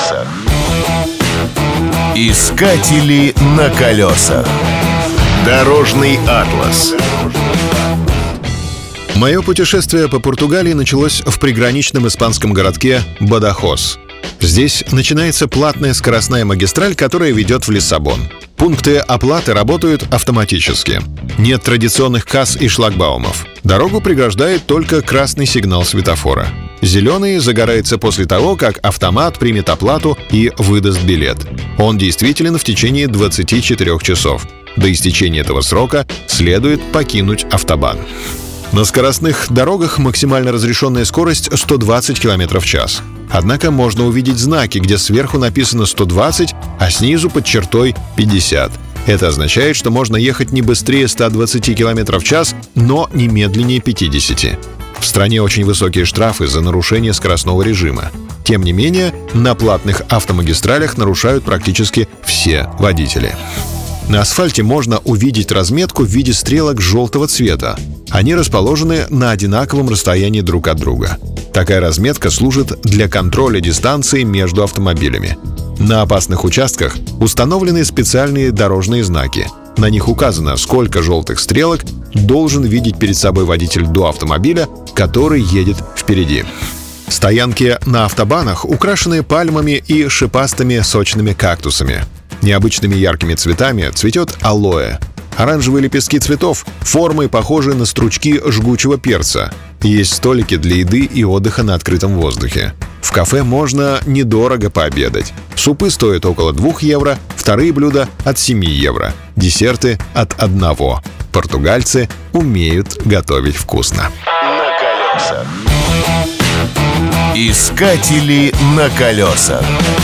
колесах». Искатели на колесах. Дорожный атлас. Мое путешествие по Португалии началось в приграничном испанском городке Бадахос. Здесь начинается платная скоростная магистраль, которая ведет в Лиссабон. Пункты оплаты работают автоматически. Нет традиционных касс и шлагбаумов. Дорогу преграждает только красный сигнал светофора. Зеленый загорается после того, как автомат примет оплату и выдаст билет. Он действителен в течение 24 часов. До истечения этого срока следует покинуть автобан. На скоростных дорогах максимально разрешенная скорость 120 км в час. Однако можно увидеть знаки, где сверху написано 120, а снизу под чертой 50. Это означает, что можно ехать не быстрее 120 км в час, но не медленнее 50. В стране очень высокие штрафы за нарушение скоростного режима. Тем не менее, на платных автомагистралях нарушают практически все водители. На асфальте можно увидеть разметку в виде стрелок желтого цвета. Они расположены на одинаковом расстоянии друг от друга. Такая разметка служит для контроля дистанции между автомобилями. На опасных участках установлены специальные дорожные знаки. На них указано, сколько желтых стрелок должен видеть перед собой водитель до автомобиля, который едет впереди. Стоянки на автобанах украшены пальмами и шипастыми сочными кактусами. Необычными яркими цветами цветет алоэ. Оранжевые лепестки цветов формой похожи на стручки жгучего перца. Есть столики для еды и отдыха на открытом воздухе. В кафе можно недорого пообедать. Супы стоят около 2 евро, вторые блюда от 7 евро, десерты от 1. Португальцы умеют готовить вкусно. На колесах. Искатели на колесах.